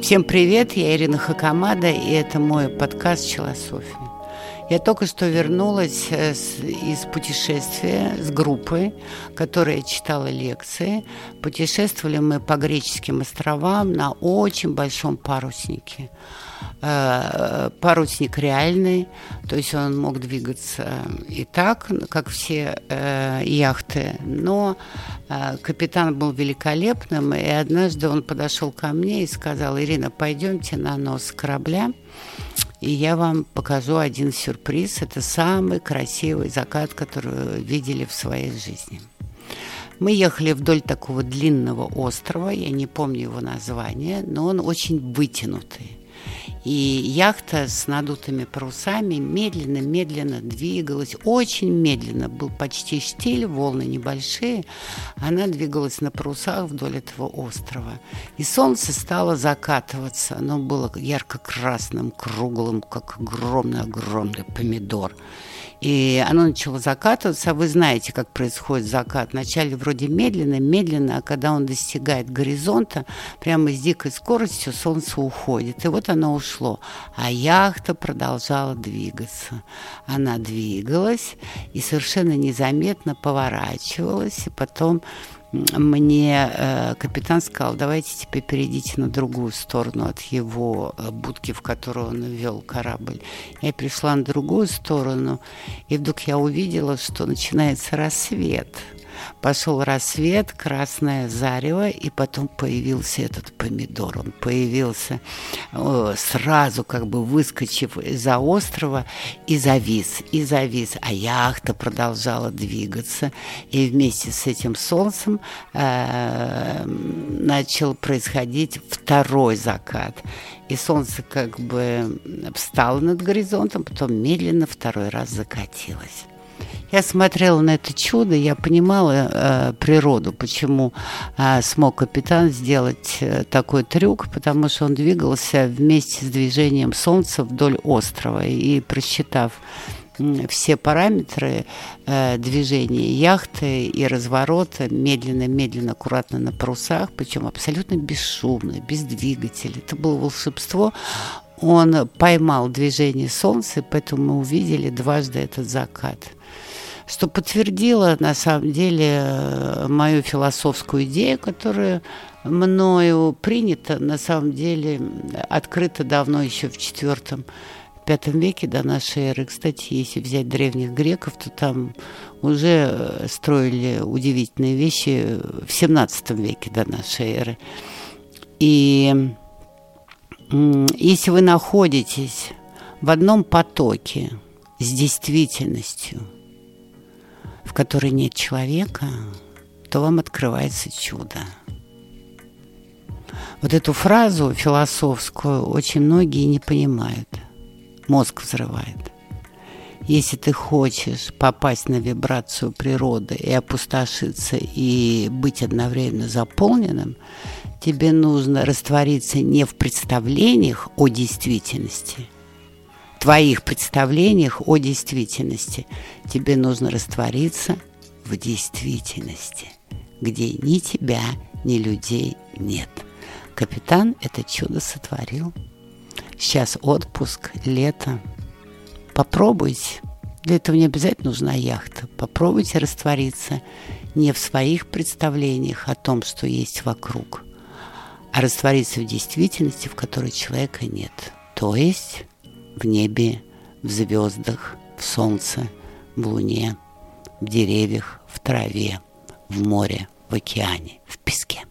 Всем привет, я Ирина Хакамада, и это мой подкаст «Челософия». Я только что вернулась из путешествия с группой, которая читала лекции. Путешествовали мы по греческим островам на очень большом паруснике. Парусник реальный, то есть он мог двигаться и так, как все яхты, но капитан был великолепным, и однажды он подошел ко мне и сказал: «Ирина, пойдемте на нос корабля, и я вам покажу один сюрприз. Это самый красивый закат, который вы видели в своей жизни». Мы ехали вдоль такого длинного острова, я не помню его название, но он очень вытянутый. И яхта с надутыми парусами медленно-медленно двигалась, очень медленно, был почти штиль, волны небольшие, она двигалась на парусах вдоль этого острова. И солнце стало закатываться, оно было ярко-красным, круглым, как огромный-огромный помидор. И оно начало закатываться, а вы знаете, как происходит закат. Вначале вроде медленно, а когда он достигает горизонта, прямо с дикой скоростью солнце уходит. И вот оно ушло. А яхта продолжала двигаться. Она двигалась и совершенно незаметно поворачивалась. И потом мне капитан сказал: давайте теперь перейдите на другую сторону от его будки, в которую он вел корабль. Я перешла на другую сторону, и вдруг я увидела, что начинается рассвет. Пошел рассвет, красное зарево, и потом появился этот помидор. Он появился сразу, как бы выскочив из-за острова, и завис. А яхта продолжала двигаться, и вместе с этим солнцем начал происходить второй закат. И солнце как бы встало над горизонтом, потом медленно второй раз закатилось. Я смотрела на это чудо, я понимала природу, почему смог капитан сделать такой трюк, потому что он двигался вместе с движением солнца вдоль острова, и просчитав все параметры движения яхты и разворота, медленно, аккуратно на парусах, причем абсолютно бесшумно, без двигателя. Это было волшебство. Он поймал движение солнца, и поэтому мы увидели дважды этот закат. Что подтвердило, на самом деле, мою философскую идею, которая мною принята, на самом деле, открыта давно, еще в IV-V веке до нашей эры. Кстати, если взять древних греков, то там уже строили удивительные вещи в XVII веке до нашей эры. И если вы находитесь в одном потоке с действительностью, в которой нет человека, то вам открывается чудо. Вот эту фразу философскую очень многие не понимают. Мозг взрывает. Если ты хочешь попасть на вибрацию природы и опустошиться, и быть одновременно заполненным, тебе нужно раствориться не в представлениях о действительности, твоих представлениях о действительности. Тебе нужно раствориться в действительности, где ни тебя, ни людей нет. Капитан это чудо сотворил. Сейчас отпуск, лето. Попробуйте. Для этого не обязательно нужна яхта. Попробуйте раствориться не в своих представлениях о том, что есть вокруг, а раствориться в действительности, в которой человека нет. То есть в небе, в звездах, в солнце, в луне, в деревьях, в траве, в море, в океане, в песке.